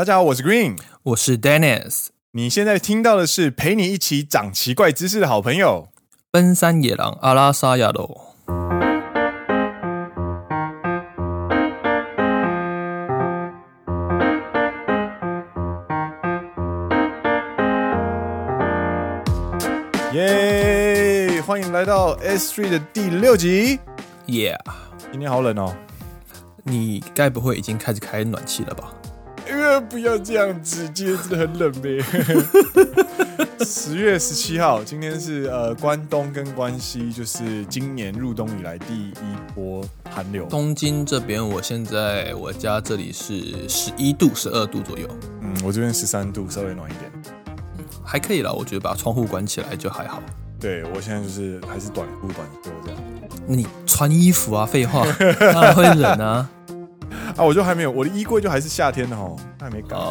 大家好，我是 Green， 我是 Dennis。 你现在听到的是陪你一起长奇怪知识的好朋友奔山野狼阿拉萨亚罗。 耶！欢迎来到 S3 的第6集。 Yeah， 今天好冷哦。 你该不会已经开始开暖气了吧？ 不要这样子，今天真的很冷呗。10月17号，今天是关东跟关西，就是今年入冬以来第一波寒流。 东京这边，我家这里是11度、12度左右。 我这边13度，稍微暖一点。 还可以啦，我觉得把窗户关起来就还好。 对，我现在就是还是短裤短袖这样。 你穿衣服啊，废话，当然会冷啊。 我就还没有，我的衣柜就还是夏天的吼，还没改。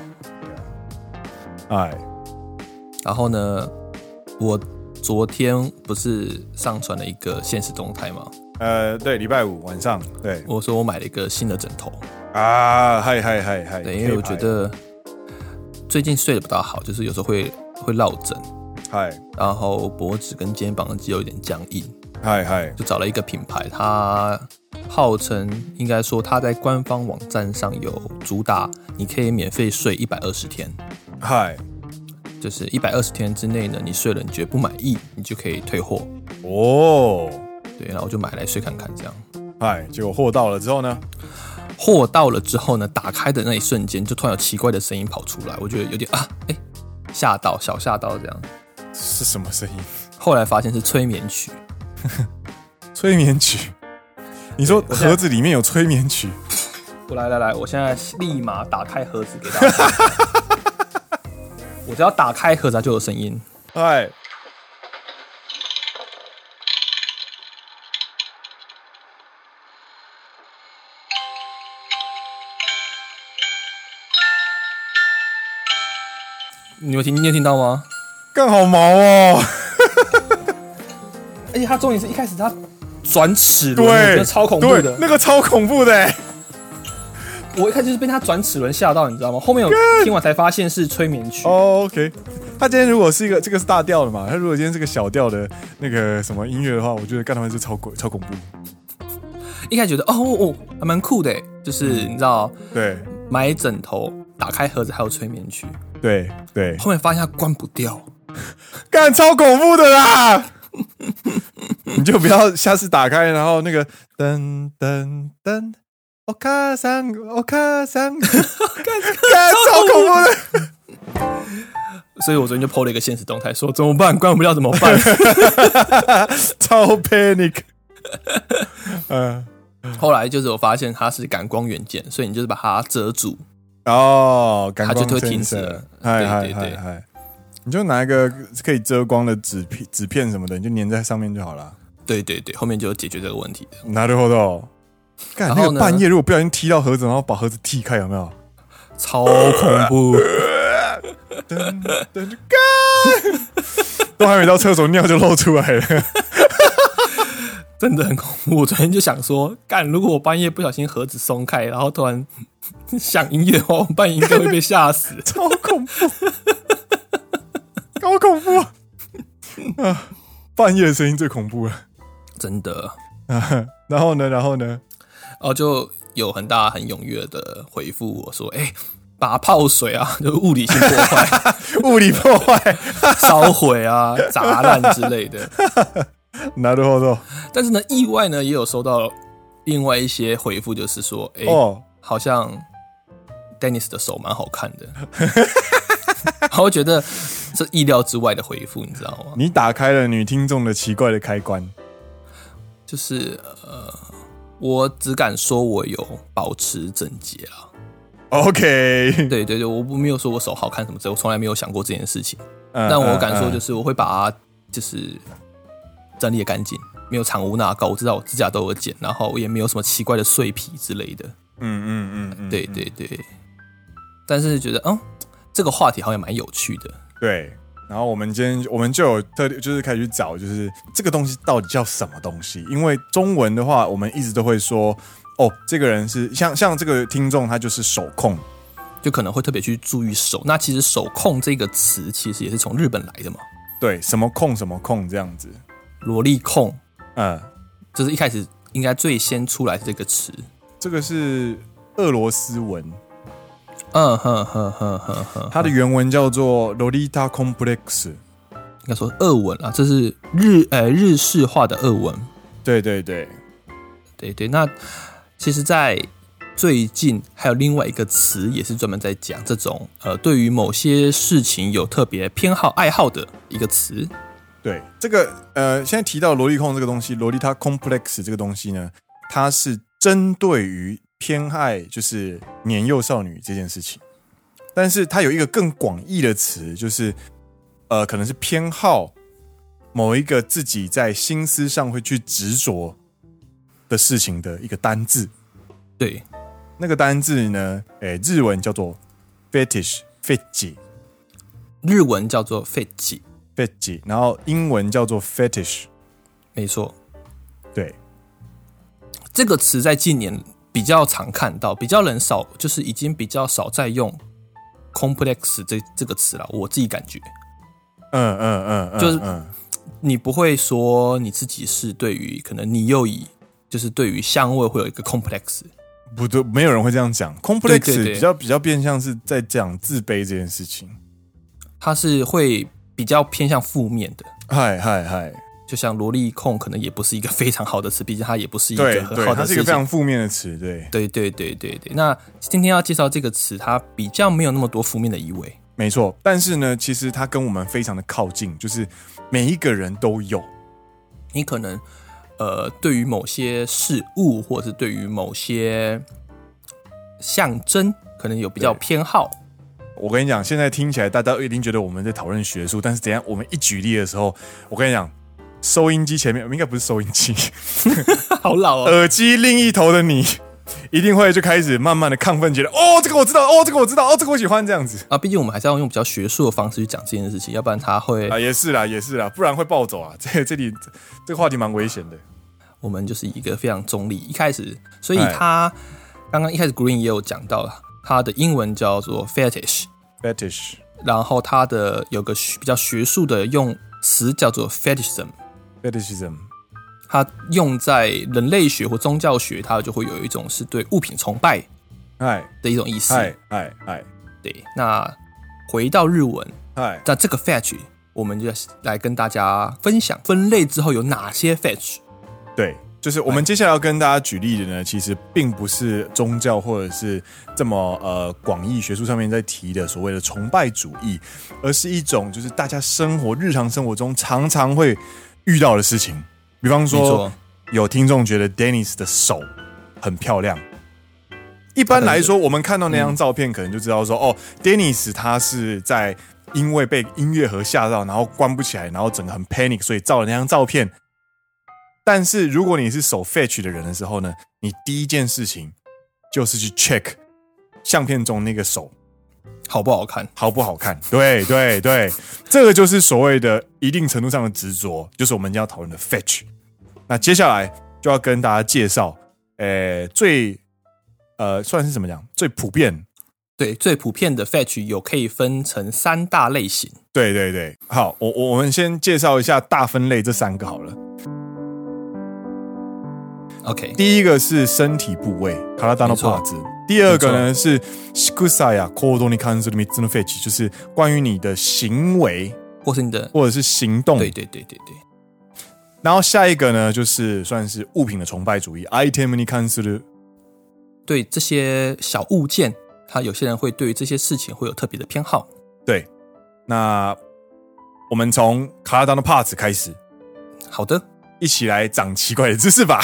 然后呢，我昨天不是上传了一个限时动态吗？ 对，礼拜五晚上，对， 我说我买了一个新的枕头啊，嗨， 对，因为我觉得最近睡得不大好，就是有时候会落枕，然后脖子跟肩膀的肌肉有点僵硬，就找了一个品牌，它号称应该说它在官方网站上有主打，你可以免费睡120天，就是120天之内呢，你睡了你觉得不满意，你就可以退货哦。对，然后我就买来睡看看这样。 结果货到了之后呢？ 货到了之后呢，打开的那一瞬间就突然有奇怪的声音跑出来，我觉得有点吓到，小吓到这样。 是什么声音？ 后来发现是催眠曲。 催眠曲？你说盒子里面有催眠曲？ 我来，我现在立马打开盒子给大家。我只要打开盒子就有声音。你有听到吗？ 更好毛哦！ 而且它重点是一开始它转齿轮，我觉得超恐怖的， 那个超恐怖的。 我一开始就是被它转齿轮吓到，你知道吗？后面我听完才发现是催眠曲。 OK， 他今天如果是这个是大调的嘛，他如果今天是个小调的那个什么音乐的话，我觉得干他们是超恐怖。 一开始觉得还蛮酷的，就是你知道， 对， 买枕头打开盒子还有催眠曲， 对， 后面发现它关不掉， 干超恐怖的啦！你就不要下次打开，然后那个噔噔噔，お母さん，干超恐怖的。 所以我昨天就 po 了一个限时动态，说怎么办？关不了怎么办？ 超 panic。 后来就是我发现它是感光元件，所以你就是把它遮住， 感光它就会停止了。对， 你就拿一个可以遮光的纸片什么的，你就粘在上面就好了。 对，后面就解决这个问题的。 なるほど。干那个半夜如果不小心踢到盒子，然后把盒子踢开，有没有？ 超恐怖！ 干，都还没到厕所尿就露出来了。 真的很恐怖。我昨天就想说，干，如果我半夜不小心盒子松开，然后突然响音乐的话，我半夜应该会被吓死。 超恐怖，好恐怖啊！半夜的声音最恐怖了， 真的。 然后呢？ 就有很踊跃的回复我说，把它泡水啊，就是物理性破坏， 物理破坏， 烧毁啊，砸烂之类的。 なるほど。但是呢，意外呢也有收到另外一些回复，就是说，好像 Dennis 的手蛮好看的。我觉得这意料之外的回复，你知道吗？ 你打开了女听众的奇怪的开关， 就是我只敢说我有保持整洁啦。 OK， 对，我没有说我手好看什么之类，我从来没有想过这件事情。但我敢说，就是我会把它就是整理得干净，没有藏污纳垢。我知道我指甲都有剪，然后也没有什么奇怪的碎皮之类的。对。但是觉得这个话题好像蛮有趣的。 对，然后我们就有就是开始去找，就是这个东西到底叫什么东西？因为中文的话，我们一直都会说，这个人是像这个听众，他就是手控， 就可能会特别去注意手。那其实手控这个词其实也是从日本来的嘛。 对，什么控什么控这样子。 萝莉控，这是一开始应该最先出来的这个词。 这个是俄罗斯文。它的原文叫做 Lolita Complex， 应该说俄文啊，这是日式化的俄文。 对， 那其实在最近还有另外一个词也是专门在讲这种对于某些事情有特别偏好爱好的一个词。 对，这个现在提到萝莉控这个东西 Lolita Complex 这个东西呢，它是针对于偏爱就是年幼少女这件事情，但是它有一个更广义的词，就是可能是偏好某一个自己在心思上会去执着的事情的一个单字。 对， 那个单字呢，日文叫做 fetish， 日文叫做 fetish， 然后英文叫做 fetish。 没错， 对， 这个词在近年比较常看到，比较人少，就是已经比较少在用 complex 这个词了。我自己感觉，就是你不会说你自己是对于可能你又以就是对于香味会有一个 complex， 不对，没有人会这样讲。complex 比较变相是在讲自卑这件事情， 它是会比较偏向负面的。 嗨。 就像萝莉控可能也不是一个非常好的词，毕竟它也不是一个很好的事情， 它是一个非常负面的词。 对。那今天要介绍这个词，它比较没有那么多负面的意味。 没错，但是呢，其实它跟我们非常的靠近，就是每一个人都有。 你可能对于某些事物，或者是对于某些象征，可能有比较偏好。 我跟你讲，现在听起来大家一定觉得我们在讨论学术，但是等一下我们一举例的时候，我跟你讲。收音机前面，应该不是收音机， 好老哦。 耳机另一头的你，一定会就开始慢慢的亢奋，觉得这个我知道，这个我知道，这个我喜欢这样子啊。毕竟我们还是要用比较学术的方式去讲这件事情，要不然他会也是啦，不然会暴走啊。这里这个话题蛮危险的。 我们就是一个非常中立，一开始，所以他刚刚一开始 Green 也有讲到，他的英文叫做 fetish， 然后他的有个比较学术的用词叫做 fetishism， 它用在人类学或宗教学，它就会有一种是对物品崇拜的一种意思。对，那回到日文，那这个 fetish 我们就来跟大家分享分类之后有哪些 fetish。 对，就是我们接下来要跟大家举例的呢，其实并不是宗教或者是这么广义学术上面在提的所谓的崇拜主义，而是一种就是大家日常生活中常常会遇到的事情。比方说，有听众觉得 Dennis 的手很漂亮。一般来说，我们看到那张照片，可能就知道说，Dennis 他是在因为被音乐盒吓到，然后关不起来，然后整个很 panic， 所以照了那张照片。但是如果你是手 fetch 的人的时候呢，你第一件事情就是去 check 相片中那个手好不好看， 对，这个就是所谓的一定程度上的执着，就是我们今天要讨论的 fetch。那接下来就要跟大家介绍，最算是怎么讲，最普遍的 fetch 可以分成3大类型。 对，好，我们先介绍一下大分类这3个好了。 OK， 第一个是身体部位，体のパーツ。第二个呢是仕草や行動に関する3つのフェチ，就是关于你的行为或者是行动。 对。 然后下一个呢，就是算是物品的崇拜主义 ，item に関する。 对这些小物件，他有些人会对于这些事情会有特别的偏好。 对，那我们从体のパーツ开始。 好的。 一起来长奇怪的知识吧。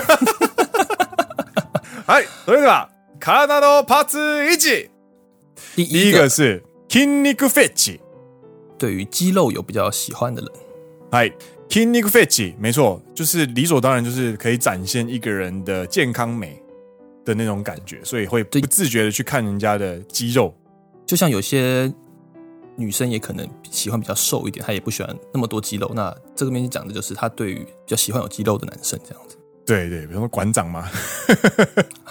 はい、それでは体のパーツ1。第一个是筋肉フェチ， 对于肌肉有比较喜欢的人。 はい、筋肉フェチ，没错，就是理所当然，就是可以展现一个人的健康美的那种感觉，所以会不自觉的去看人家的肌肉。 就像有些女生也可能喜欢比较瘦一点，她也不喜欢那么多肌肉。那这个面讲的就是她对于比较喜欢有肌肉的男生这样子。 对，比如说馆长嘛。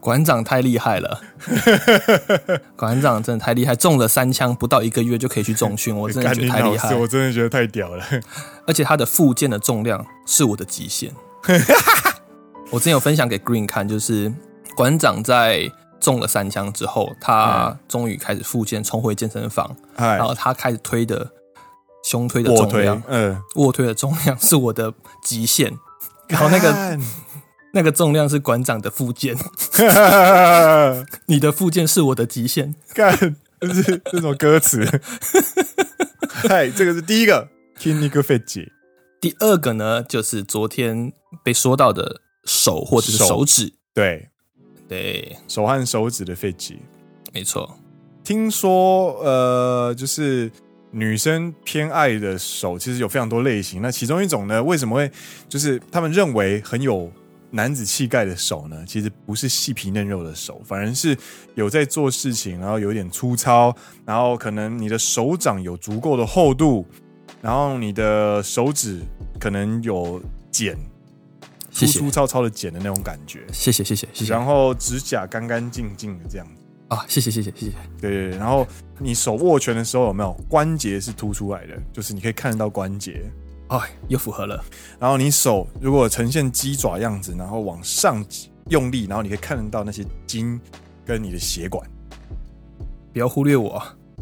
馆长太厉害了，馆长真的太厉害，中了3枪不到1个月就可以去重训，我真的觉得太厉害， 我真的觉得太屌了。 而且他的复健的重量是我的极限。我之前有分享给 Green 看，就是馆长在中了3枪之后，他终于开始复健，重回健身房，然后他开始推的胸推的重量，卧推的重量是我的极限，然后那个重量是馆长的复健，你的复健是我的极限， 干，就是这种歌词。嗨，这个是第一个筋肉フェチ。 第二个呢，就是昨天被说到的手或者是手指， 对，手和手指的フェチ， 没错。 听说就是女生偏爱的手其实有非常多类型，那其中一种呢，为什么会就是他们认为很有男子气概的手呢，其实不是细皮嫩肉的手，反而是有在做事情，然后有点粗糙，然后可能你的手掌有足够的厚度，然后你的手指可能有茧，粗糙糙的茧的那种感觉。 谢谢。 然后指甲干干净净的这样子啊，谢谢。 对，然后你手握拳的时候有没有关节是凸出来的，就是你可以看得到关节。 哎，又符合了。 然后你手如果呈现鸡爪样子，然后往上用力，然后你可以看得到那些筋跟你的血管。 不要忽略我。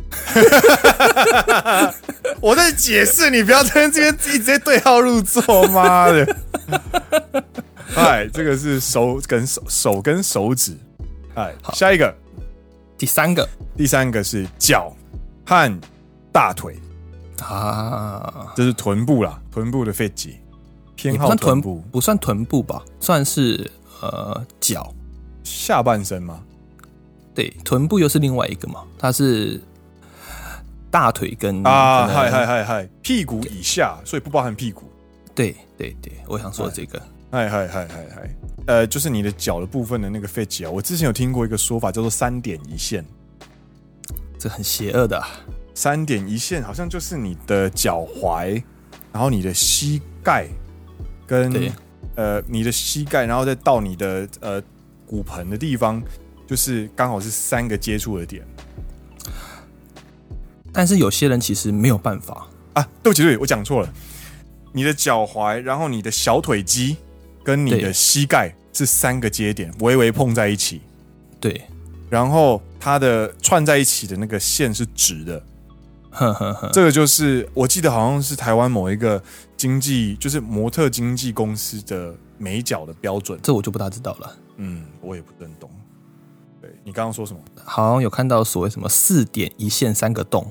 我在解释，你不要在这边直接对号入座，妈的！哎，这个是手跟手指。哎，下一个， 第三个是脚和大腿。这是臀部啦，臀部的フェチ，偏好臀部， 不算臀部吧，算是脚下半身吗？ 对，臀部又是另外一个嘛，它是大腿跟嗨，屁股以下，所以不包含屁股。 对，我想说这个， 就是你的脚的部分的那个フェチ啊，我之前有听过一个说法叫做3点一线， 这很邪恶的。 3点一线好像就是你的脚踝，然后你的膝盖跟你的膝盖，然后再到你的骨盆的地方，就是刚好是3个接触的点。 但是有些人其实没有办法啊，对不起，我讲错了。你的脚踝，然后你的小腿肌跟你的膝盖是3个接点，微微碰在一起。 对， 然后它的串在一起的那个线是直的。这个就是我记得好像是台湾某一个就是模特经纪公司的美脚的标准， 这我就不大知道了。 我也不是很懂。对，你刚刚说什么？ 好像有看到所谓什么4点一线3个洞，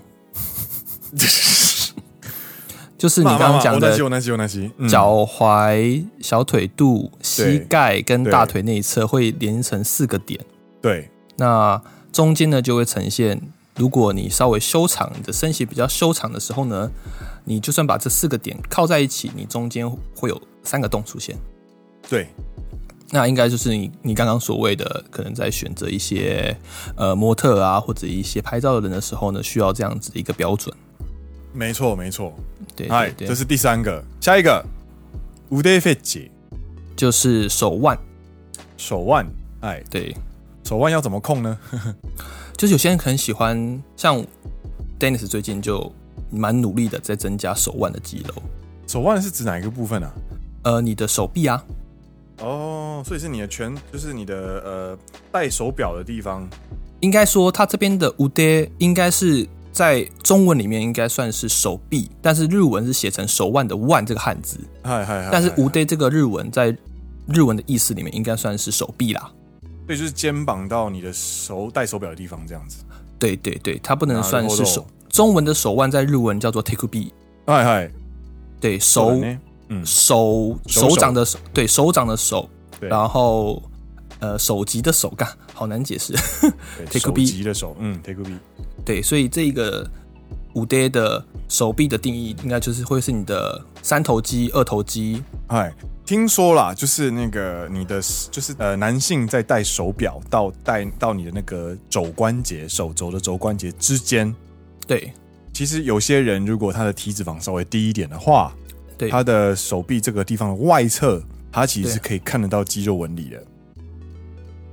就是你刚刚讲的脚踝、小腿肚、膝盖跟大腿内侧会连成4个点。 对， 那中间呢就会呈现。如果你稍微修长，你的身形比较修长的时候呢，你就算把这4个点靠在一起，你中间会有3个洞出现。 对， 那应该就是你刚刚所谓的，可能在选择一些模特啊，或者一些拍照的人的时候呢，需要这样子的一个标准。 没错， 对， 这是第3个。下一个腕フェチ就是手腕， 哎， 对， 手腕要怎么控呢？ 就是有些人可能喜欢，像 Dennis 最近就蛮努力的在增加手腕的肌肉。 手腕是指哪一个部分啊？ 你的手臂啊。 哦，所以是你的就是你的戴手表的地方。 应该说，他这边的腕应该是在中文里面应该算是手臂，但是日文是写成手腕的腕这个汉字。但是腕这个日文在日文的意思里面应该算是手臂啦。 对，就是肩膀到你的戴手表的地方这样子。 对，它不能算是手。中文的手腕在日文叫做手首。对，手掌的手，对，手掌的手，然后手级的手，干好难解释。 手级的手，手首。 对，所以这个腕的手臂的定义，应该就是会是你的3头肌、2头肌。 听说啦，就是那个你的就是男性在戴手表到你的那个肘关节，手肘的肘关节之间。对，其实有些人如果他的体脂肪稍微低一点的话，对，他的手臂这个地方的外侧，他其实是可以看得到肌肉纹理的。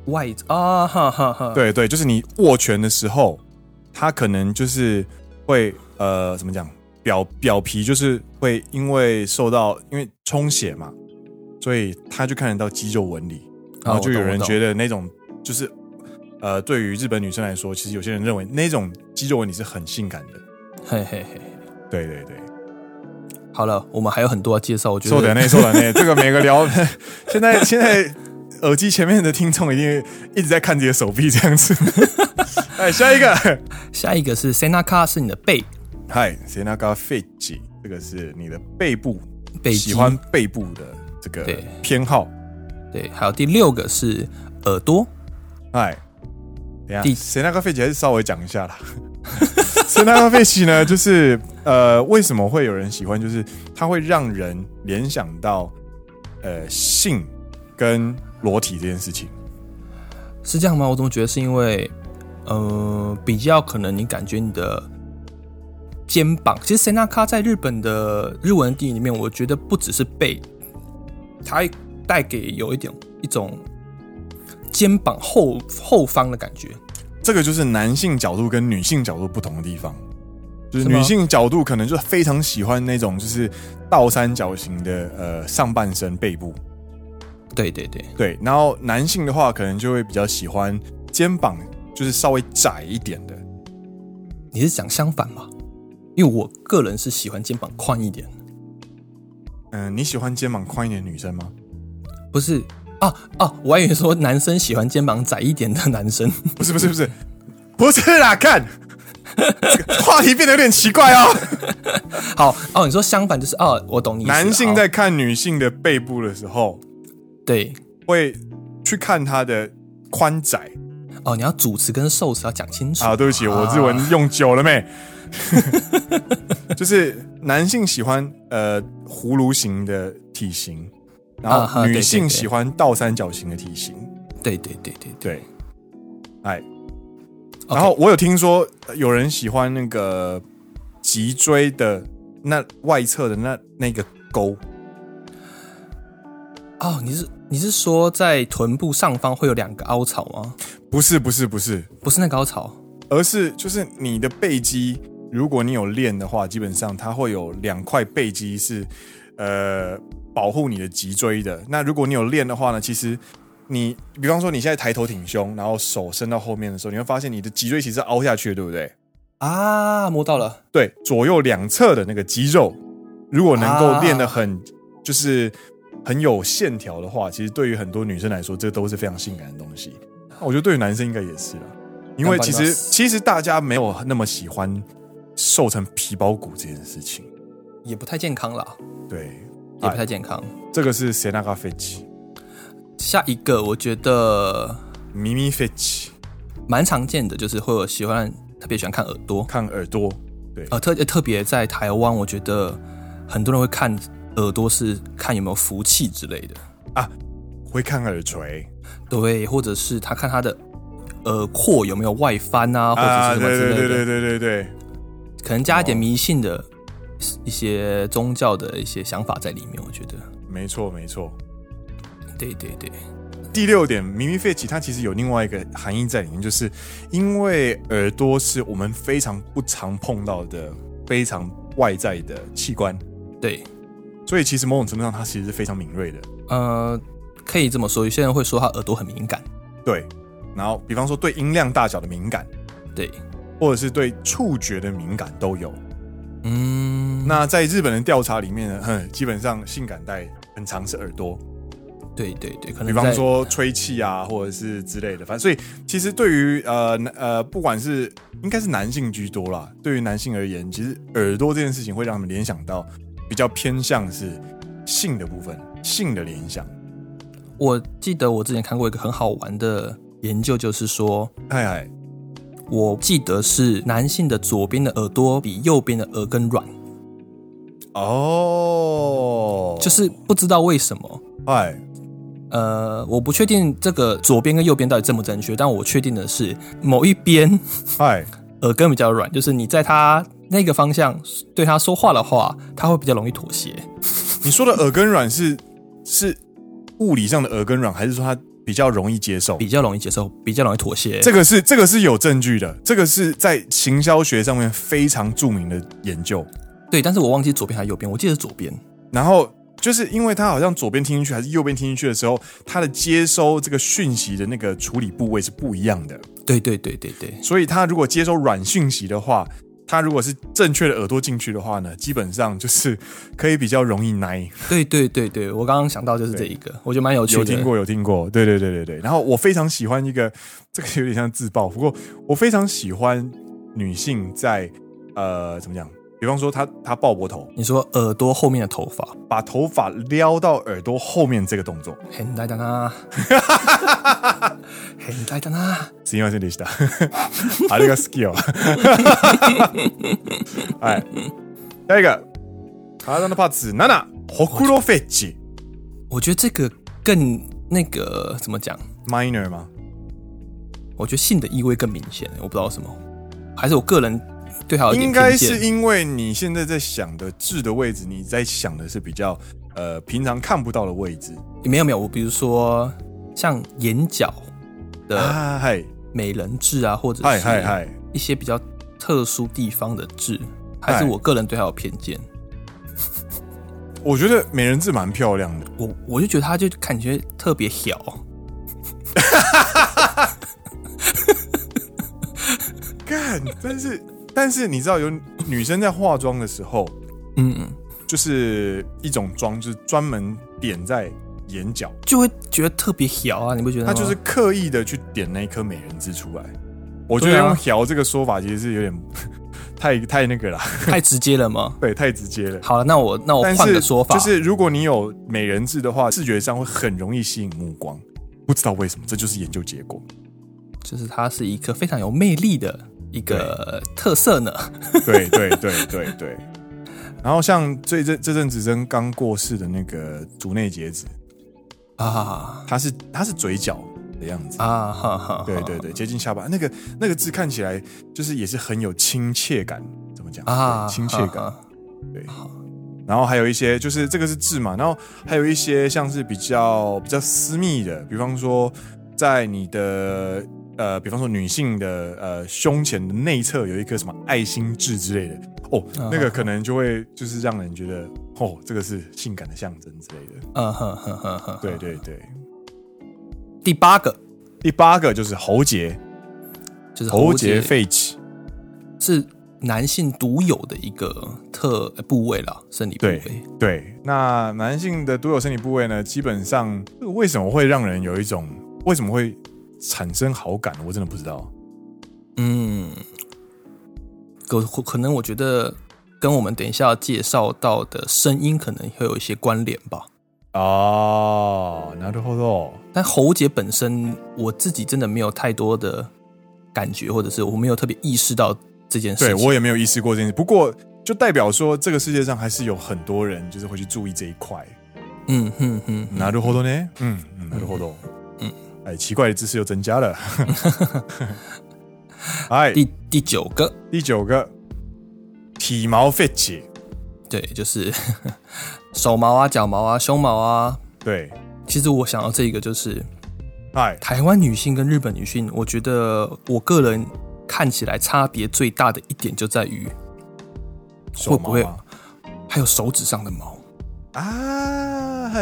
外啊，哈哈哈， 对对，就是你握拳的时候，它可能就是会怎么讲，表皮就是会因为充血嘛，所以他就看得到肌肉纹理，然后就有人觉得那种就是对于日本女生来说，其实有些人认为那种肌肉纹理是很性感的。 嘿嘿嘿， 对对对。 好了，我们还有很多要介绍，我觉得。 そうだね，这个每个聊，现在耳机前面的听众一定一直在看自己的手臂这样子。哎，下一个是 Senaka， 是你的背。 嗨 ，Senaka Feiji， 这个是你的背部，喜欢背部的这个偏好。 对，还有第6个是耳朵。 嗨，等一下，Senaka Feiji 还是稍微讲一下啦。Senaka Feiji 呢，就是为什么会有人喜欢？就是它会让人联想到性跟裸体这件事情。 是这样吗？我怎么觉得是因为比较可能你感觉你的肩膀，其实 Senaka 在日本的日文地里面，我觉得不只是背，它会带给有一种肩膀后方的感觉。 这个就是男性角度跟女性角度不同的地方，就是女性角度可能就非常喜欢那种就是倒三角形的上半身背部， 对对对对，然后男性的话可能就会比较喜欢肩膀就是稍微窄一点的。 你是讲相反吗？因为我个人是喜欢肩膀宽一点。 你喜欢肩膀宽一点的女生吗？ 不是。我还以为说男生喜欢肩膀窄一点的男生。 不是啦，看话题变得有点奇怪哦。 好你说相反就是我懂你意思。 男性在看女性的背部的时候， 对， 会去看她的宽窄。 你要主词跟受词要讲清楚。 对不起，我日文用久了没？就是男性喜欢葫芦形的体型。然后女性喜欢倒三角形的体型。 对， 哎，然后我有听说有人喜欢那个脊椎的那外侧的那个沟。 你是说在臀部上方会有2个凹槽吗？ 不是那个凹槽， 而是就是你的背肌，如果你有练的话，基本上它会有2块背肌是保护你的脊椎的。那如果你有练的话呢，其实你比方说你现在抬头挺胸，然后手伸到后面的时候，你会发现你的脊椎其实凹下去的，对不对？ 摸到了。 对，左右2侧的那个肌肉，如果能够练得就是很有线条的话，其实对于很多女生来说，这都是非常性感的东西。我觉得对于男生应该也是啦，因为其实大家没有那么喜欢瘦成皮包骨这件事情， 也不太健康啦。 对。 也不太健康。 这个是 Senaka Feiji。 下一个我觉得 Mimi Feiji 蛮常见的，就是会有特别喜欢看耳朵。 对， 特别在台湾，我觉得很多人会看耳朵是看有没有福气之类的会看耳垂。 对，或者是他看他的耳廓有没有外翻或者是什么之类的。 对， 可能加一点迷信的一些宗教的一些想法在里面，我觉得没错。 对。 第6点 Mimi Feiji 它其实有另外一个含义在里面，就是因为耳朵是我们非常不常碰到的非常外在的器官， 对， 所以其实某种程度上它其实是非常敏锐的。 可以这么说，有些人会说他耳朵很敏感。 对，然后比方说对音量大小的敏感， 对， 或者是对触觉的敏感都有。那在日本的调查里面呢，基本上性感带很常是耳朵。 对，可能比方说吹气或者是之类的，反正所以其实对于不管是应该是男性居多啦，对于男性而言，其实耳朵这件事情会让他们联想到比较偏向是性的部分，性的联想。 我记得我之前看过一个很好玩的研究，就是说，我记得是男性的左边的耳朵比右边的耳根软。就是不知道为什么。我不确定这个左边跟右边到底正不正确，但我确定的是某一边耳根比较软，就是你在他那个方向对他说话的话，他会比较容易妥协。 你说的耳根软是物理上的耳根软，还是说他比较容易接受， 比较容易接受，比较容易妥协。 这个是有证据的，这个是在行销学上面非常著名的研究。 对，但是我忘记左边还是右边，我记得是左边。 然后就是因为他好像左边听进去还是右边听进去的时候，他的接收这个讯息的那个处理部位是不一样的。 对， 所以他如果接收软讯息的话，他如果是正确的耳朵进去的话呢，基本上就是可以比较容易奶。 对，我刚刚想到就是这一个，我觉得蛮有趣的。 有听过，对。然后我非常喜欢一个，这个有点像自爆，不过我非常喜欢女性在怎么讲？比方说她抱脖头， 你说耳朵后面的头发， 把头发撩到耳朵後面这个动作， 変態だな。変態だな。 すみませんでした。あれが好きよ。はい。下一个，体のパーツ7，ほくろフェチ。 我觉得这个更那个怎么讲 ？minor 吗？ 我觉得性的意味更明显，我不知道什么，还是我个人。对， 应该是因为你现在在想的痣的位置，你在想的是比较平常看不到的位置。 没有，我比如说像眼角的美人痣啊，或者是一些比较特殊地方的痣，还是我个人对它有偏见。 我觉得美人痣蛮漂亮的， 我就觉得它就感觉特别小。 干，但是你知道有女生在化妆的时候，就是一种妆，就是专门点在眼角， 就会觉得特别小啊，你不觉得吗？ 她就是刻意的去点那一颗美人痣出来。我觉得用“小”这个说法其实是有点太那个了， 太直接了吗？ 对，太直接了。 好了，那我换个说法， 就是如果你有美人痣的话，视觉上会很容易吸引目光，不知道为什么，这就是研究结果。 就是它是一颗非常有魅力的一个特色呢。 对。然后像这阵子真刚过世的那个竹内结子啊，他是嘴角的样子啊，对，接近下巴，那个字看起来就是也是很有亲切感，怎么讲啊？亲切感，对。然后还有一些就是这个是痣嘛，然后还有一些像是比较私密的，比方说在你的比方说女性的胸前的内侧有一颗什么爱心痣之类的哦，那个可能就会就是让人觉得哦，这个是性感的象征之类的。对。 第八个就是喉结， 就是喉结废弃， 是男性独有的一个部位啦，生理部位。 对，那男性的独有生理部位呢，基本上为什么会让人有一种为什么会产生好感，我真的不知道。 可能我觉得跟我们等一下要介绍到的声音可能会有一些关联吧。 哦，なるほど。 但喉结本身，我自己真的没有太多的感觉，或者是我没有特别意识到这件事情。 对，我也没有意識过这件事。不过，就代表说，这个世界上还是有很多人就是会去注意这一块。なるほどね。なるほど。哎，奇怪的知识又增加了。哎， 第九个， 体毛废弃。 对，就是手毛啊、脚毛啊、胸毛啊。 对， 其实我想要这个就是，台湾女性跟日本女性，我觉得我个人看起来差别最大的一点就在于，会不会还有手指上的毛啊？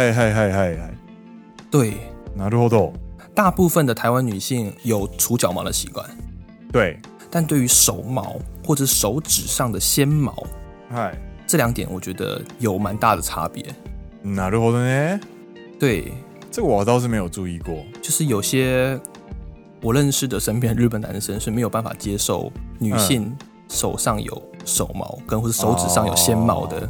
对， なるほど。 大部分的台湾女性有除脚毛的习惯， 对， 但对于手毛或者手指上的纤毛，这两点我觉得有蛮大的差别。 なるほどね。 对， 这个我倒是没有注意过。 就是有些我认识的身边日本男生是没有办法接受女性手上有手毛跟或是手指上有纤毛的。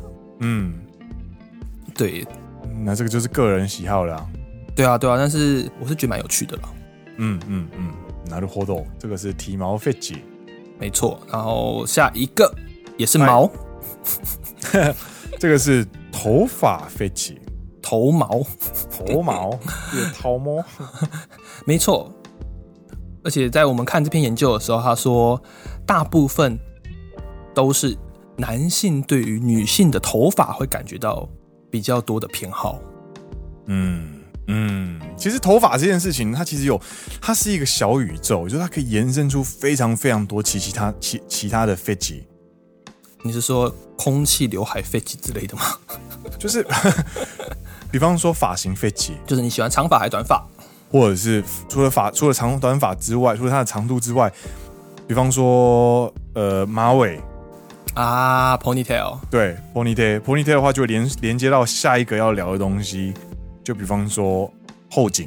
对， 那这个就是个人喜好啦。 对啊，但是我是觉得蛮有趣的啦。 なるほど，这个是体毛废弃， 没错。然后下一个也是毛， 这个是头发废弃， 头毛， 也头毛， 没错。而且在我们看这篇研究的时候，他说大部分都是男性对于女性的头发会感觉到比较多的偏好。 其实头发这件事情，它是一个小宇宙，就是它可以延伸出非常非常多其他的 fetish。 你是说空气刘海 fetish 之类的吗？ 就是比方说发型 fetish， 就是你喜欢长发还是短发， 或者是除了长短发之外，除了它的长度之外，比方说马尾啊 ponytail， 对 ponytail 的话就会连接到下一个要聊的东西，就比方说后颈。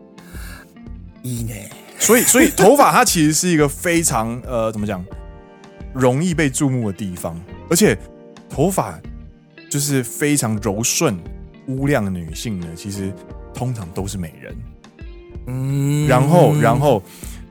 所以头发它其实是一个非常怎么讲，容易被注目的地方，而且头发就是非常柔顺乌亮的女性呢，其实通常都是美人。然后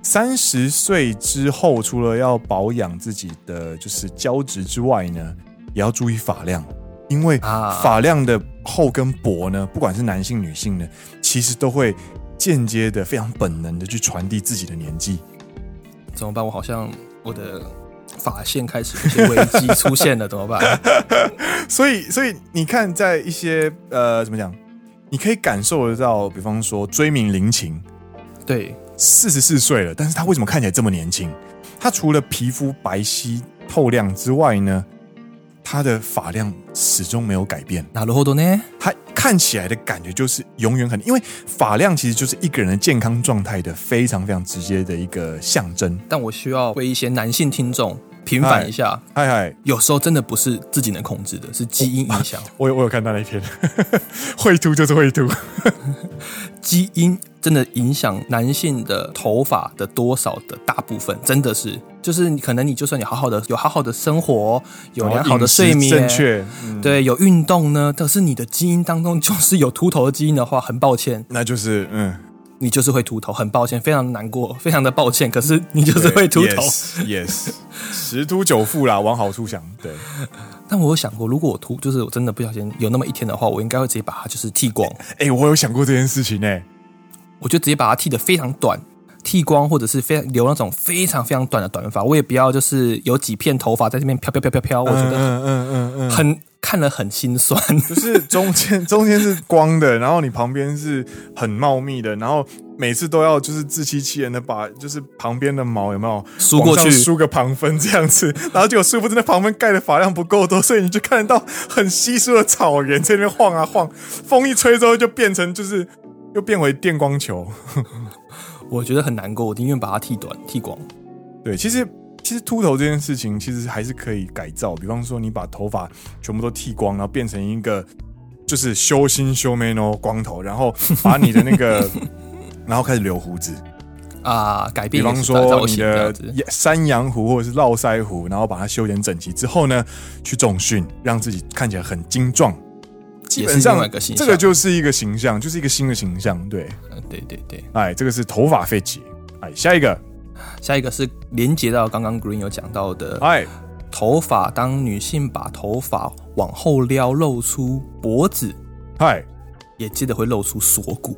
30岁之后，除了要保养自己的就是胶质之外呢，也要注意发量，因为发量的厚跟薄呢，不管是男性女性呢，其实都会间接的非常本能的去传递自己的年纪。 怎么办？我好像我的发线开始有些危机出现了，怎么办？ 所以你看，在一些怎么讲，你可以感受得到，比方说追名林檎， 对 ，44岁了，但是他为什么看起来这么年轻？他除了皮肤白皙透亮之外呢，他的发量始终没有改变。 なるほどね。 他看起来的感觉就是永远很，因为发量其实就是一个人的健康状态的非常非常直接的一个象征。 但我需要为一些男性听众平反一下，有时候真的不是自己能控制的，是基因影响。 我有看到那一篇，会秃就是会秃， 基因真的影响男性的头发的多少的大部分，真的是，就是可能你就算你有好好的生活，有良好的睡眠， 正确， 对，有运动呢，但是你的基因当中就是有秃头的基因的话，很抱歉， 那就是你就是会秃头，很抱歉，非常难过，非常的抱歉，可是你就是会秃头。 yes 10秃9富啦，往好处想。对， 但我有想过，如果我秃，就是我真的不小心有那么一天的话，我应该会直接把它就是剃光。 我有想过这件事情我就直接把它剃得非常短，剃光，或者是留那种非常非常短的短发。我也不要就是有几片头发在这边飘，我觉得看了很心酸。 就是中间是光的，然后你旁边是很茂密的，然后每次都要就是自欺欺人的把就是旁边的毛有没有梳过去， 梳个旁分这样子，然后结果殊不知那旁分盖的发量不够多，所以你就看得到很稀疏的草原在那边晃啊晃，风一吹之后就变成就是又变回电光球。 我觉得很难过，我宁愿把它剃短剃光。 对，其实秃头这件事情其实还是可以改造，比方说你把头发全部都剃光，然后变成一个就是修心修眉no光头，然后把你的那个然后开始留胡子啊，改变， 比方说你的山羊胡或者是络腮胡，然后把它修剪整齐之后呢，去重训，让自己看起来很精壮。基本上这个就是一个形象，就是一个新的形象。对，对，这个是头发废弃。下一个是连接到刚刚 Green 有讲到的，头发，当女性把头发往后撩，露出脖子，也记得会露出锁骨。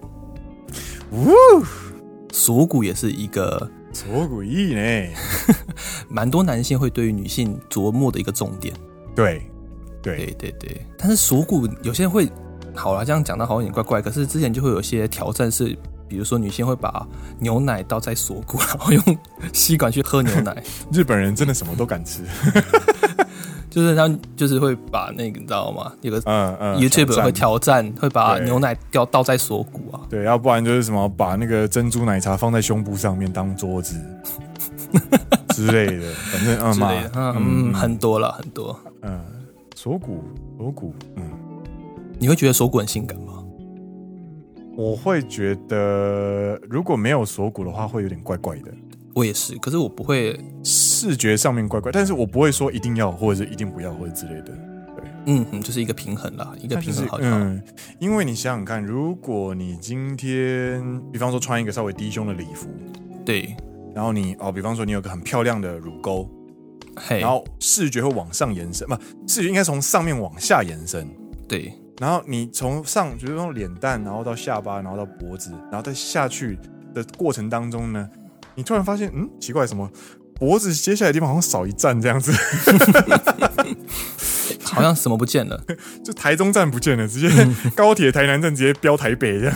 锁骨也是一个锁骨艺呢， 蛮多男性会对于女性琢磨的一个重点。 对， 但是锁骨有些人会，好啦，这样讲到好像有点怪怪，可是之前就会有一些挑战是，比如说女性会把牛奶倒在锁骨，然后用吸管去喝牛奶。 日本人真的什么都敢吃。 就是他就是会把那个你知道吗？有个 YouTuber 会挑战，会把牛奶倒在锁骨啊。 对，要不然就是什么把那个珍珠奶茶放在胸部上面当桌子之类的，反正很多了，很多。 锁骨， 你会觉得锁骨很性感吗？ 我会觉得如果没有锁骨的话，会有点怪怪的。 我也是，可是我不会视觉上面怪怪，但是我不会说一定要或者是一定不要或者之类的。 对，就是一个平衡啦，一个平衡好就好。 因为你想想看，如果你今天比方说穿一个稍微低胸的礼服， 对， 然后你比方说你有个很漂亮的乳沟，然后视觉会往上延伸，视觉应该从上面往下延伸， 对， 然后你从上就是从脸蛋，然后到下巴，然后到脖子，然后再下去的过程当中呢，你突然发现，奇怪，什么脖子接下来的地方好像少一站这样子。 好像什么不见了， 就台中站不见了，直接高铁台南站直接飙台北这样。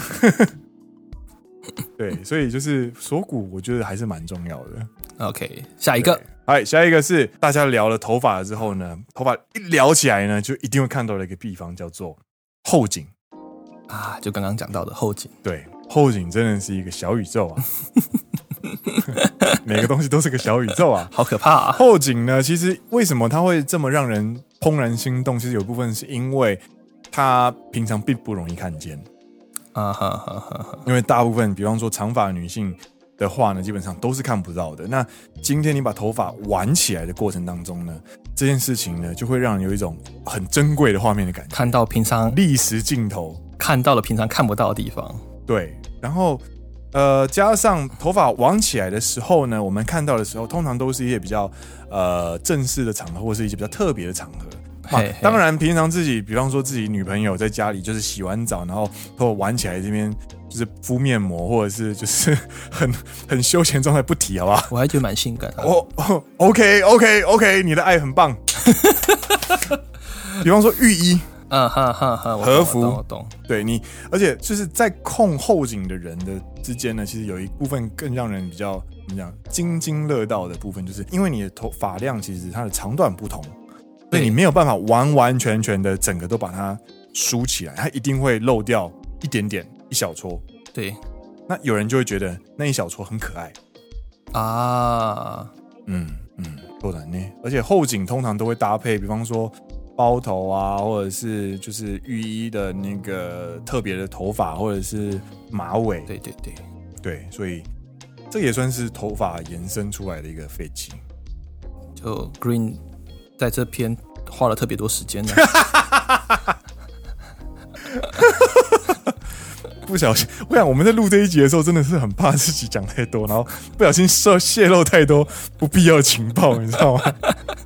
对，所以就是锁骨，我觉得还是蛮重要的。 OK， 下一个， 下一个是大家聊了头发了之后呢，头发一聊起来呢，就一定会看到的一个地方叫做后颈啊，就刚刚讲到的后颈。 对，后颈真的是一个小宇宙啊，每个东西都是个小宇宙啊， 好可怕啊！ 后颈呢，其实为什么它会这么让人怦然心动？其实有部分是因为它平常并不容易看见因为大部分，比方说长发女性的话呢，基本上都是看不到的。那今天你把头发挽起来的过程当中呢，这件事情呢，就会让人有一种很珍贵的画面的感觉， 看到平常历史镜头， 看到了平常看不到的地方。 对，然后加上头发挽起来的时候呢，我们看到的时候，通常都是一些比较正式的场合，或是一些比较特别的场合。当然，平常自己，比方说自己女朋友在家里就是洗完澡，然后头发挽起来这边就是敷面膜，或者是就是很休闲状态不提，好不好？ 我还觉得蛮性感的。 OK， 你的爱很棒。比方说浴衣，和服， 我懂。 对你，而且就是在控后颈的人的之间呢，其实有一部分更让人比较怎么讲津津乐道的部分，就是因为你的发量其实它的长短不同。所以你没有办法完完全全的整个都把它梳起来，它一定会漏掉一点点一小撮。 对， 那有人就会觉得那一小撮很可爱啊。 そうだね。而且后颈通常都会搭配，比方说包头啊，或者是就是浴衣的那个特别的头发，或者是马尾。对，所以这也算是头发延伸出来的一个废弃。 就 Green。在这篇花了特别多时间呢。 不小心，我想我们在录这一集的时候，真的是很怕自己讲太多，然后不小心泄露太多不必要的情报，你知道吗？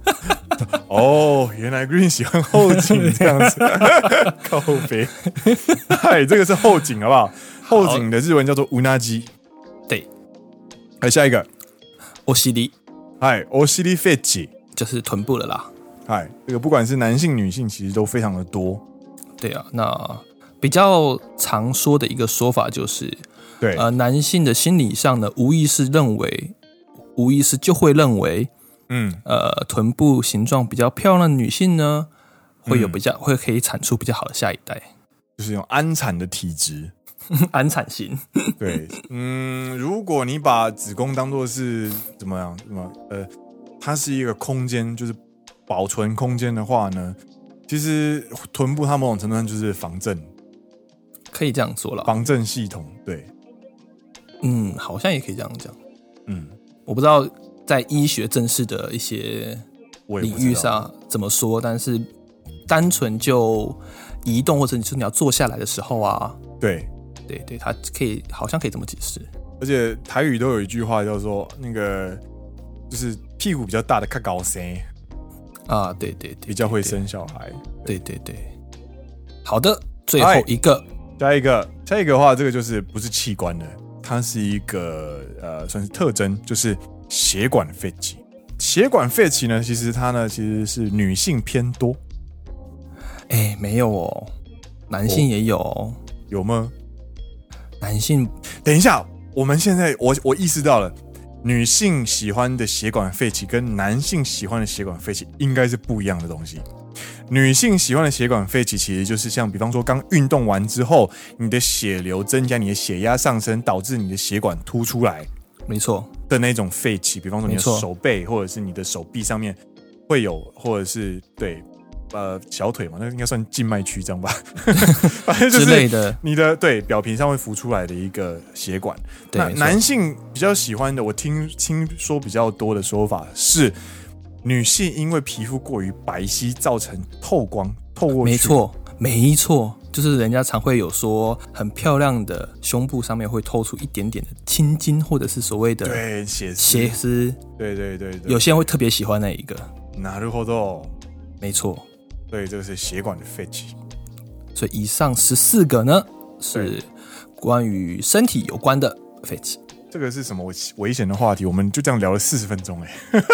原来 Green 喜欢后颈这样子，靠北。这个是后颈，好不好？后颈的日文叫做うなじ。 对， 下一个， お尻。 お尻フェチ。 就是臀部了啦。 这个不管是男性女性其实都非常的多。 对啊，那比较常说的一个说法就是， 对， 男性的心理上呢，无意识就会认为，臀部形状比较漂亮的女性呢，会可以产出比较好的下一代， 就是用安产的体质。 安产型。 对，如果你把子宫当作是怎么样，它是一个空间，就是保存空间的话呢，其实臀部它某种程度上就是防震， 可以这样说了， 防震系统。对， 好像也可以这样讲。我不知道在医学正式的一些领域上怎么说，但是单纯就移动或者你要坐下来的时候啊，对，它好像可以这么解释。 而且台语都有一句话叫做那个就是屁股比较大的较高生啊，对， 比较会生小孩。 对。好的，最后一个， 下一个的话，这个就是不是器官的，它是一个算是特征，就是血管废弃。血管废弃呢，其实是女性偏多。 没有哦，男性也有哦。 有吗？ 男性， 等一下，我们现在我意识到了。女性喜欢的血管废弃跟男性喜欢的血管废弃应该是不一样的东西。女性喜欢的血管废弃其实就是像比方说刚运动完之后，你的血流增加，你的血压上升，导致你的血管凸出来， 没错的那种废弃。比方说你的手背或者是你的手臂上面会有，或者是对小腿嘛，那应该算静脉曲张吧，反正就是之类的， 你的对表皮上会浮出来的一个血管。那男性比较喜欢的，我听说比较多的说法是，女性因为皮肤过于白皙，造成透光透过去。 没错，就是人家常会有说，很漂亮的胸部上面会透出一点点的青筋，或者是所谓的对血丝。对，有些人会特别喜欢那一个。 なるほど， 没错。 对，这个是血管的废弃。 所以以上14个呢，是关于身体有关的废弃。 这个是什么危险的话题？我们就这样聊了40分钟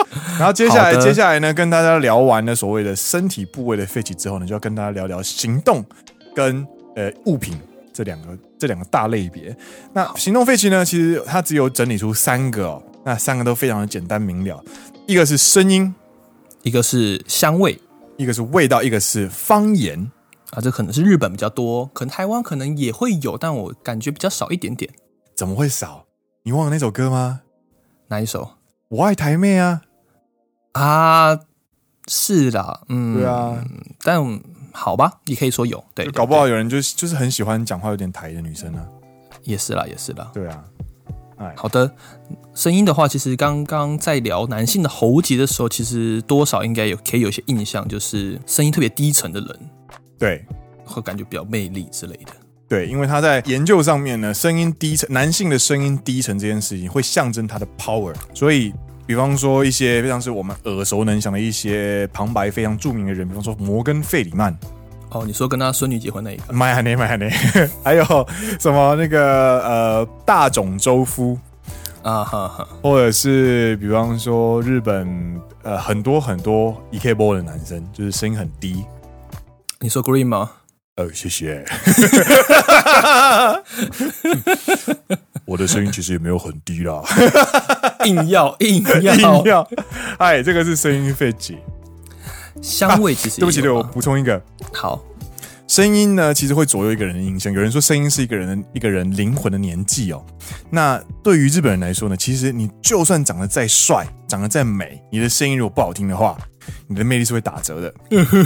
然后接下来呢，跟大家聊完了所谓的身体部位的废弃之后呢，就要跟大家聊聊行动跟物品这两个大类别。那行动废弃呢，其实它只有整理出3个哦，那3个都非常的简单明了。一个是声音， 一个是香味， 一个是味道，一个是方言啊。这可能是日本比较多，可能台湾可能也会有，但我感觉比较少一点点。 怎么会少？你忘了那首歌吗？ 哪一首？ 我爱台妹啊！ 啊，是啦， 对啊， 但好吧，也可以说有，对， 搞不好有人就是很喜欢讲话有点台的女生啊。 也是啦， 对啊。 好的，声音的话，其实刚刚在聊男性的喉结的时候，其实多少应该可以有一些印象，就是声音特别低沉的人， 对， 会感觉比较魅力之类的。 对，因为他在研究上面呢，声音低沉，男性的声音低沉这件事情会象征他的 power， 所以比方说一些非常是我们耳熟能详的一些旁白非常著名的人，比方说摩根·费里曼。 哦，你说跟他孙女结婚那一个？ 买还有什么那个大冢周夫啊哈哈， 或者是比方说日本很多 EKBO 的男生，就是声音很低。 你说 Green 吗？ 谢谢。我的声音其实也没有很低啦。 硬要， 哎，这个是声音废弃。 香味其实、 对不起，我补充一个。 好， 声音呢，其实会左右一个人的印象。有人说声音是一个人灵魂的年纪哦。那对于日本人来说呢，其实你就算长得再帅，长得再美，你的声音如果不好听的话，你的魅力是会打折的。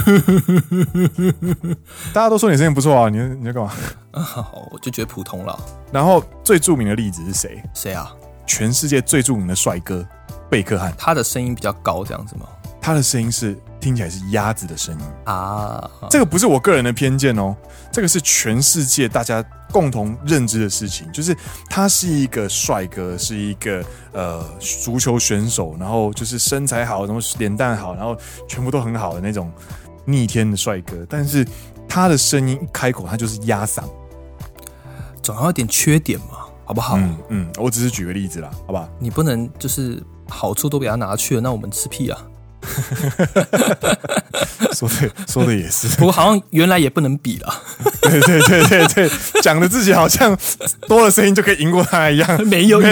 大家都说你声音不错啊，你在干嘛？ 我就觉得普通了。 然后最著名的例子是谁？ 谁啊？ 全世界最著名的帅哥贝克汉。 他的声音比较高，这样子吗？ 他的声音是听起来是鸭子的声音啊， 这个不是我个人的偏见哦，这个是全世界大家共同认知的事情，就是他是一个帅哥，是一个足球选手，然后就是身材好，然后脸蛋好，然后全部都很好的那种逆天的帅哥，但是他的声音一开口，他就是鸭嗓， 总要有点缺点嘛，好不好？ 我只是举个例子啦，好吧？ 你不能就是好处都给他拿去了，那我们吃屁啊！ 说的也是， 不过好像原来也不能比了。 对，讲的自己好像多了声音就可以赢过他一样， 没有。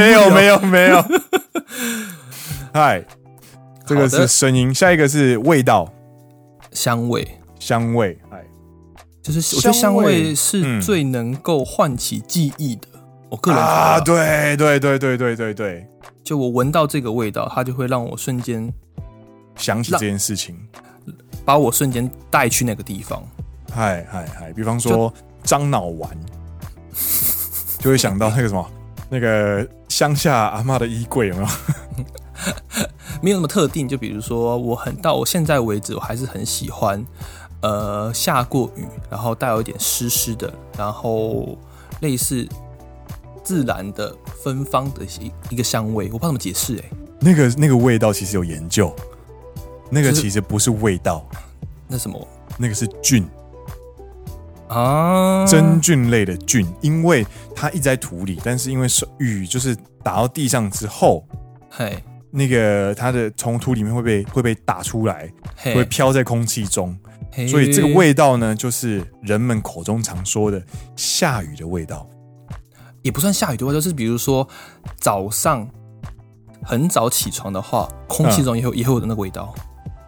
嗨，这个是声音，下一个是味道， 香味， 哎， 就是我觉得香味是最能够唤起记忆的。我个人觉得啊，对， 就我闻到这个味道，它就会让我瞬间想起这件事情， 把我瞬间带去那个地方。 嗨，比方说樟脑丸，就会想到那个什么，那个乡下阿嬷的衣柜有没有？ 没有那么特定，就比如说到我现在为止，我还是很喜欢下过雨，然后带有一点湿的，然后类似自然的芬芳的一个香味，我不知道怎么解释那个味道其实有研究。那个其实不是味道， 那什么？ 那个是菌啊， 真菌类的菌，因为它一直在土里，但是因为雨就是打到地上之后，那个它的从土里面会被打出来，会飘在空气中，所以这个味道呢，就是人们口中常说的下雨的味道， 也不算下雨的味道，就是比如说早上很早起床的话，空气中也会有的那个味道。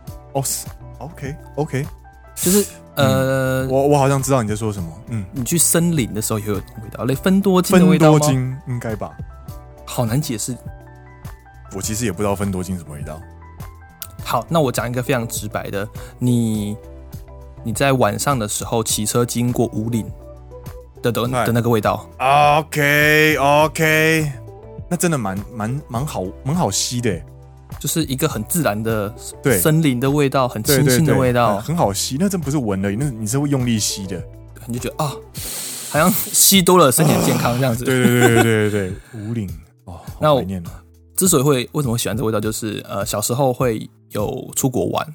OK， 就是我好像知道你在说什么。 你去森林的时候也会有那种味道，类芬多精的味道吗？ 芬多精应该吧？ 好难解释。 我其实也不知道芬多精什么味道。 好，那我讲一个非常直白的，你在晚上的时候骑车经过五岭的那个味道。 OK， 那真的蛮好吸的。 就是一个很自然的森林的味道，很清新的味道， 很好吸。那真不是闻而已，那你是会用力吸的， 你就觉得好像吸多了身体很健康这样子。 对，五岭好怀念哦。 之所以为什么会喜欢这个味道，就是小时候会有出国玩，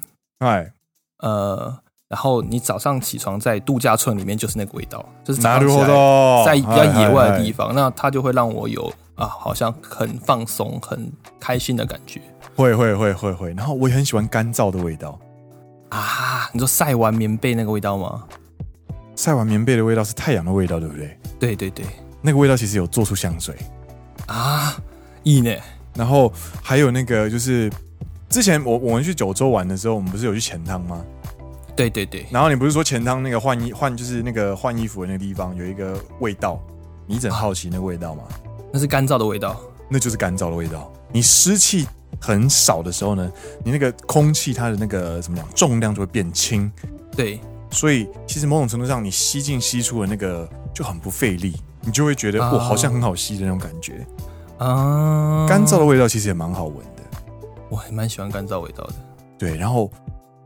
然后你早上起床在度假村里面就是那个味道，就是早上起来在比较野外的地方，那它就会让我有好像很放松、很开心的感觉。 会。然后我也很喜欢干燥的味道啊！你说晒完棉被那个味道吗？ 晒完棉被的味道是太阳的味道，对不对？ 对， 那个味道其实有做出香水啊，いいね。 然后还有那个就是之前我们去九州玩的时候，我们不是有去钱汤吗？ 对。 然后你不是说钱汤那个就是那个换衣服的那个地方有一个味道，你一直很好奇那个味道吗？ 那是干燥的味道， 那就是干燥的味道。你湿气很少的时候呢，你那个空气它的那个怎么讲，重量就会变轻。 对。 所以其实某种程度上，你吸进吸出的那个就很不费力，你就会觉得哇，好像很好吸的那种感觉啊。干燥的味道其实也蛮好闻的， 我还蛮喜欢干燥味道的。 对，然后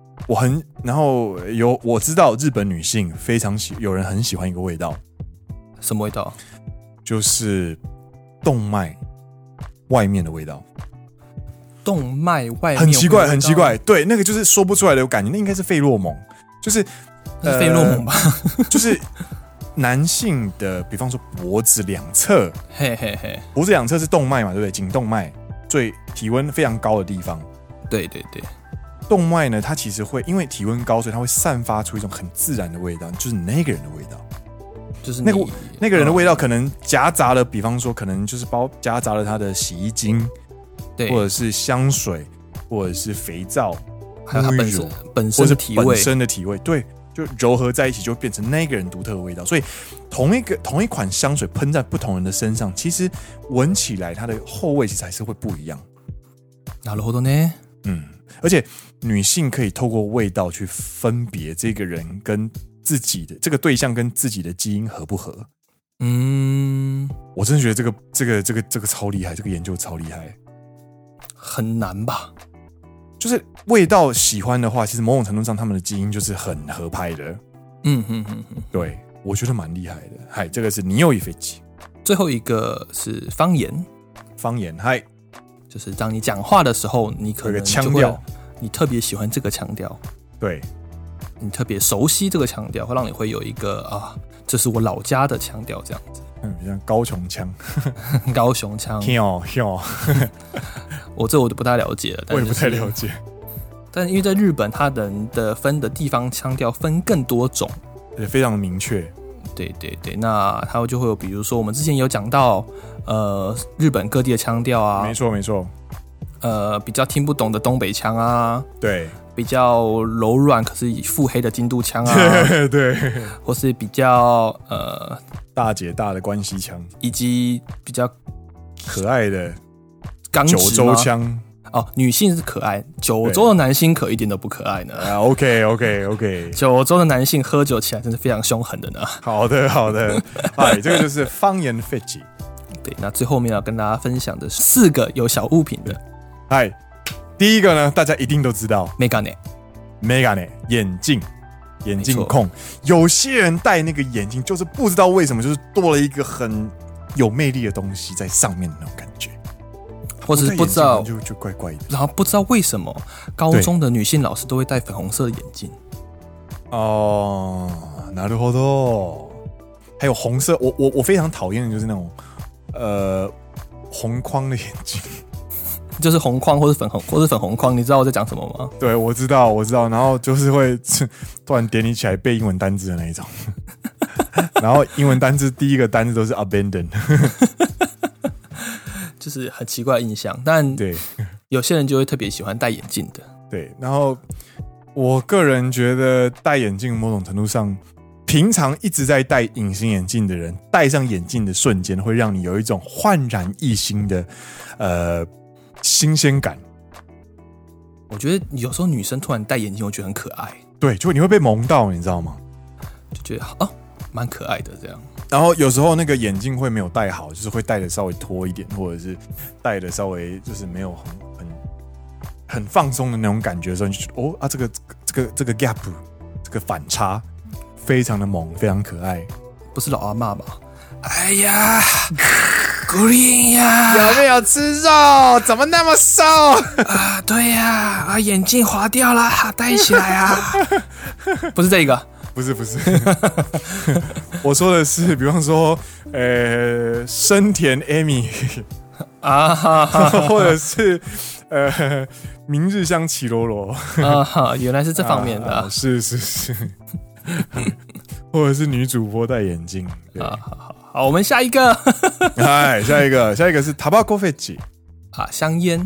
我知道日本女性非常有人很喜欢一个味道， 什么味道？ 就是动脉外面的味道。 动脉外面很奇怪，对，那个就是说不出来的感觉，那应该是费洛蒙，就是费洛蒙吧， 就是男性的，比方说脖子两侧，脖子两侧是动脉嘛，对不对？颈动脉最体温非常高的地方， 对， 动脉呢，它其实会因为体温高，所以它会散发出一种很自然的味道，就是那个人的味道， 就是那个人的味道，可能夹杂了，比方说可能就是夹杂了他的洗衣精，对，或者是香水，或者是肥皂， 还有他本身的体味， 本身的体味，对。就糅合在一起，就变成那个人独特的味道。所以同一款香水喷在不同人的身上，其实闻起来它的后味其实还是会不一样。 なるほどね。 而且女性可以透过味道去分别这个人跟自己的这个对象跟自己的基因合不合。我真的觉得这个超厉害，这个研究超厉害。 很难吧？ 就是味道喜欢的话，其实某种程度上他们的基因就是很合拍的。对，我觉得蛮厉害的。嗨，这个是你有一飞机。 最后一个是方言， 嗨， 就是当你讲话的时候，你可能有个腔调， 你特别喜欢这个腔调， 对， 你特别熟悉这个腔调，会让你会有一个这是我老家的腔调，这样子。 像高雄腔， 高雄腔，我都不太了解了， 我也不太了解。 但因为在日本，它的分的地方腔调分更多种， 也非常明确。 对，那它就会有，比如说我们之前有讲到，日本各地的腔调啊， 没错。 比较听不懂的东北腔啊， 对， 比较柔软可是腹黑的京都腔啊， 对， 或是比较大姐大的关西腔， 以及比较可爱的九州腔。 女性是可爱，九州的男性可一点都不可爱呢。 OK， 九州的男性喝酒起来真是非常凶狠的呢。 好的，这个就是方言废机。 对，那最后面要跟大家分享的是4个有小物品的。 第一个呢，大家一定都知道 ，Megane 眼镜控。有些人戴那个眼镜，就是不知道为什么，就是多了一个很有魅力的东西在上面的那种感觉。 或者是不知道就怪怪的， 然后不知道为什么高中的女性老师都会戴粉红色的眼镜。 なるほど。还有红色，我非常讨厌的就是那种红框的眼镜， 就是红框或是粉红框，你知道我在讲什么吗？ 对，我知道，然后就是会突然点你起来背英文单字的那一种，然后英文单字第一个单字都是 abandon。 就是很奇怪的印象，但对有些人就会特别喜欢戴眼镜的。 对，然后我个人觉得戴眼镜某种程度上，平常一直在戴隐形眼镜的人，戴上眼镜的瞬间，会让你有一种焕然一新的新鲜感。 我觉得有时候女生突然戴眼镜，我觉得很可爱。 对，就你会被萌到，你知道吗？ 就觉得蛮可爱的这样。 然后有时候那个眼镜会没有戴好，就是会戴的稍微脱一点，或者是戴的稍微就是没有很放松的那种感觉的时候，你就觉得这个 gap 这个反差非常的猛，非常可爱。 不是老阿嬷吗？哎呀，Green 呀， 有没有吃肉？怎么那么瘦啊？对呀，眼镜滑掉了，戴起来啊！不是这个。 不是，我说的是，比方说，深田 Amy 啊，或者是明日香绮罗罗啊，原来是这方面的、啊是，或者是女主播戴眼镜。 好，我们下一个， 下一个是 Tobacco Fetish 啊，香烟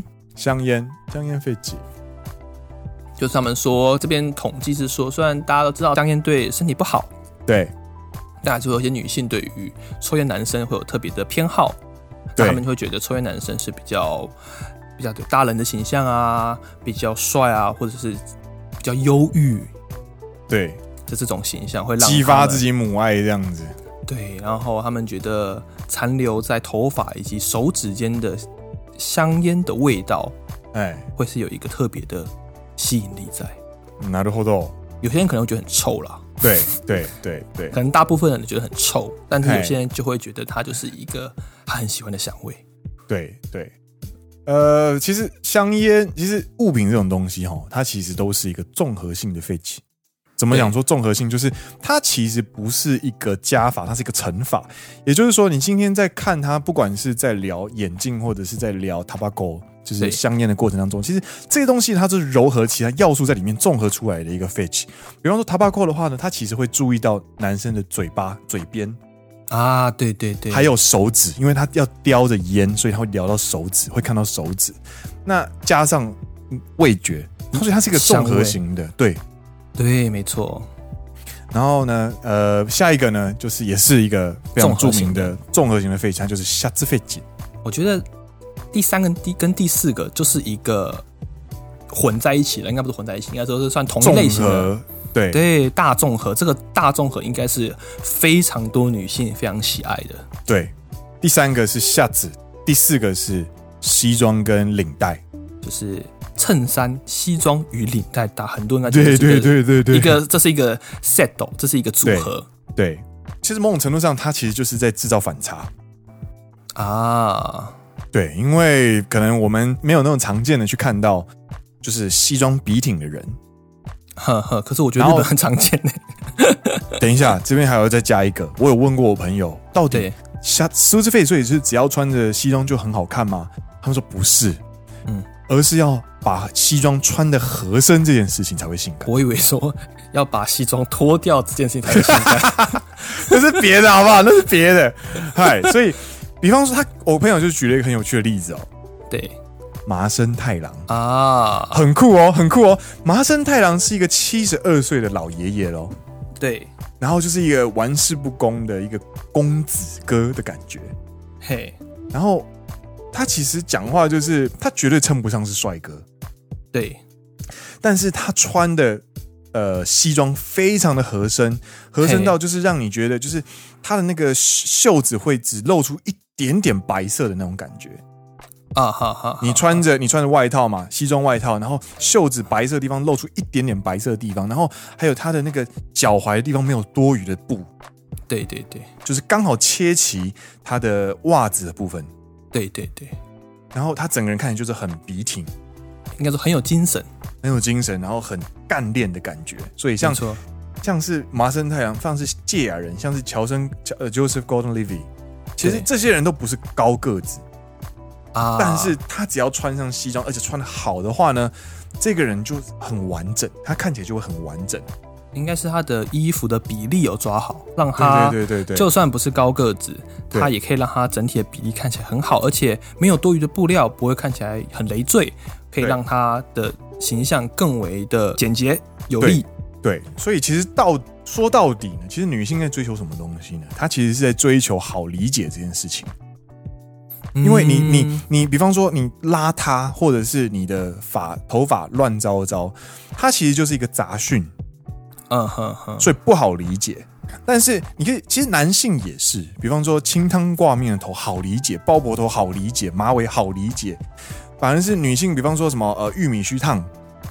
Fetish。 就是他们说这边统计是说，虽然大家都知道香烟对身体不好， 对， 那就有些女性对于抽烟男生会有特别的偏好，他们会觉得抽烟男生是比较有大人的形象啊，比较帅啊，或者是比较忧郁， 对的这种形象会让激发自己母爱这样子。 对，然后他们觉得残留在头发以及手指间的香烟的味道，会是有一个特别的吸引力在。 なるほど。 有些人可能会觉得很臭啦， 对， 可能大部分人觉得很臭，但是有些人就会觉得它就是一个他很喜欢的香味。 对，其实香烟，其实物品这种东西它其实都是一个综合性的废弃。怎么讲说综合性？就是它其实不是一个加法，它是一个乘法。也就是说，你今天在看它，不管是在聊眼镜，或者是在聊 tobacco， 就是香烟的过程当中，其实这些东西它是糅合其他要素在里面综合出来的一个 fetch。比方说 tobacco 的话呢，它其实会注意到男生的嘴巴、嘴边啊，对， 还有手指，因为它要叼着烟，所以它会撩到手指，会看到手指。那加上味觉，所以它是一个综合型的， 对，没错。 然后呢，下一个呢，就是也是一个非常著名的综合型的废弃，它就是シャツ废弃。 我觉得第三个跟第四个就是一个混在一起了，应该不是混在一起，应该说是算同一类型的。对，大综合，这个大综合应该是非常多女性非常喜爱的。 对，第三个是シャツ，第四个是西装跟领带， 就是衬衫、西装与领带搭，很多人应该觉得对， 这是一个 set， 这是一个组合。 对，其实某种程度上，它其实就是在制造反差啊。 对，因为可能我们没有那种常见的去看到，就是西装笔挺的人。 可是我觉得日本很常见呢。 等一下，这边还要再加一个，我有問過我朋友，到底苏之费所以是只要穿着西装就很好看吗？他们说不是，而是要把西装穿得合身这件事情才会性感。 我以为说要把西装脱掉这件事情才会性感， 那是别的好不好？那是别的。嗨，所以比方说我朋友就举了一个很有趣的例子对。 麻生太郎啊， 很酷哦。麻生太郎是一个72岁的老爷爷咯。 对， 然后就是一个玩世不恭的一个公子哥的感觉。 嘿， 然后他其实讲话就是他绝对称不上是帅哥， 对， 但是他穿的西装非常的合身到就是让你觉得就是他的那个袖子会只露出一点点白色的那种感觉。你穿着外套嘛，西装外套，然后袖子白色的地方露出一点点白色的地方，然后还有他的那个脚踝的地方没有多余的布， 对， 就是刚好切齐他的袜子的部分， 对， 然后他整个人看起来就是很笔挺， 应该说很有精神， 然后很干练的感觉，所以像是麻生太郎，像是芥雅人，像是Joseph Gordon-Levitt， 其实这些人都不是高个子。但是他只要穿上西装，而且穿得好的话呢，这个人就很完整，他看起来就会很完整。 应该是他的衣服的比例有抓好，让他对， 就算不是高个子，他也可以让他整体的比例看起来很好，而且没有多余的布料，不会看起来很累赘，可以让他的形象更为的简洁有力。 对，所以其实说到底呢，其实女性在追求什么东西呢？她其实是在追求好理解这件事情。因为你比方说你邋遢，或者是你的头发乱糟糟，它其实就是一个杂讯，所以不好理解。但是你可以，其实男性也是，比方说清汤挂面的头好理解，包脖头好理解，马尾好理解，反而是女性，比方说什么玉米须烫，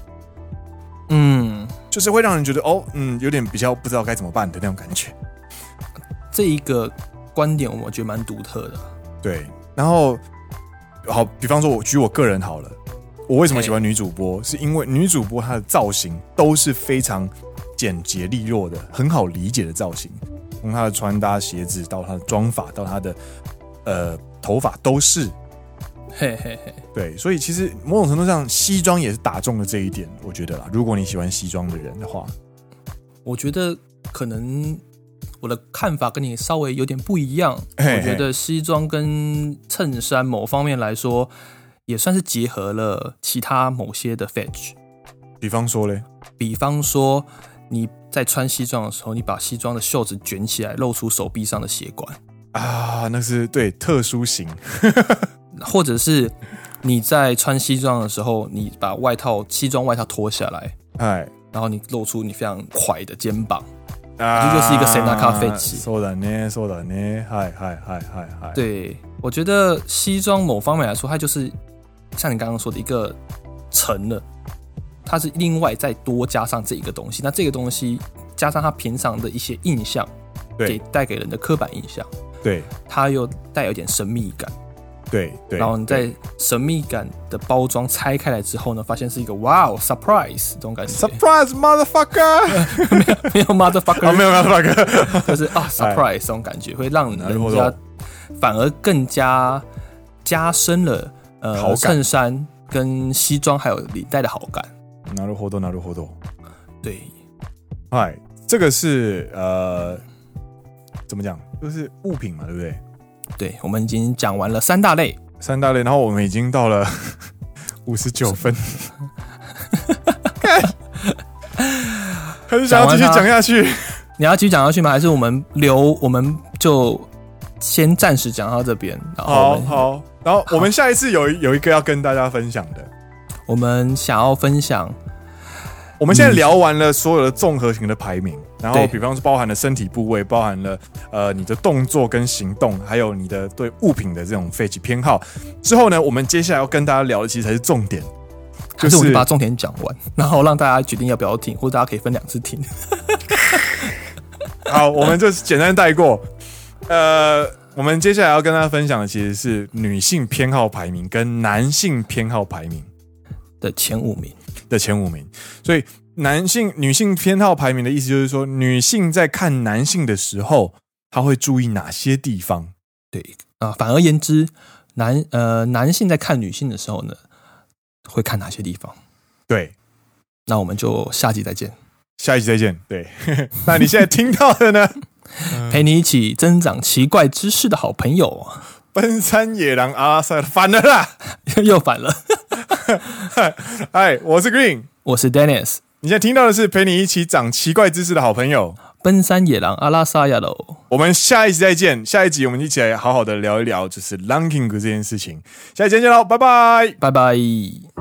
就是会让人觉得有点比较不知道该怎么办的那种感觉。 这一个观点我觉得蛮独特的。 对。然后，好，比方说，我举我个人好了，我为什么喜欢女主播？是因为女主播她的造型都是非常简洁利落的、很好理解的造型，从他的穿搭、鞋子到他的妆法，到他的头发都是。 嘿嘿嘿， 对，所以其实某种程度上，西装也是打中了这一点，我觉得啦。如果你喜欢西装的人的话， 我觉得可能我的看法跟你稍微有点不一样。我觉得西装跟衬衫某方面来说，也算是结合了其他某些的 fetch。 比方说嘞， 比方说你在穿西装的时候，你把西装的袖子卷起来，露出手臂上的血管啊，那是对特殊型。 或者是你在穿西装的时候，你把西装外套脱下来，然后你露出你非常快的肩膀，这就是一个 Senaka fetch。 そうだね、そうだね。 对，我觉得西装某方面来说，它就是像你刚刚说的一个成了，它是另外再多加上这一个东西，那这个东西加上它平常的一些印象，带给人的刻板印象， 对， 它又带有点神秘感。 对， 然后你在神秘感的包装拆开来之后呢，发现是一个哇哦 surprise 这种感觉。 surprise motherfucker， 没有 motherfucker， 没有 motherfucker， 就是surprise 这种感觉，会让人家反而更加加深了衬衫跟西装还有领带的好感。 なるほどなるほど。对，这个是怎么讲？就是物品嘛，对不对？ 对，我们已经讲完了三大类， 然后我们已经到了59分，还是想要继续讲下去？ 你要继续讲下去吗？还是我们就先暂时讲到这边？ 好，然后我们下一次有一个要跟大家分享的， 我们想要分享。 我们现在聊完了所有的综合型的排名，然后比方说包含了身体部位，包含了你的动作跟行动，还有你的对物品的这种 fetch 偏好。之后呢，我们接下来要跟大家聊的其实才是重点， 就是我们把重点讲完，然后让大家决定要不要听，或者大家可以分2次听。 好，我们就简单带过。我们接下来要跟大家分享的其实是女性偏好排名跟男性偏好排名的前5名。 所以女性偏好排名的意思就是说，女性在看男性的时候，她会注意哪些地方？ 对反而言之，男性在看女性的时候呢，会看哪些地方？对，那我们就下集再见。 对，那你现在听到的呢？ 陪你一起增长奇怪知识的好朋友， 奔山野狼阿拉萨，反了啦， 又反了。 嗨，我是 Green， 我是 Dennis。 你现在听到的是陪你一起长奇怪知识的好朋友， 奔山野狼阿拉萨亚喽。 我们下一集再见，下一集我们一起来好好的聊一聊，就是 ranking 这件事情。下一集见喽，拜拜， 拜拜。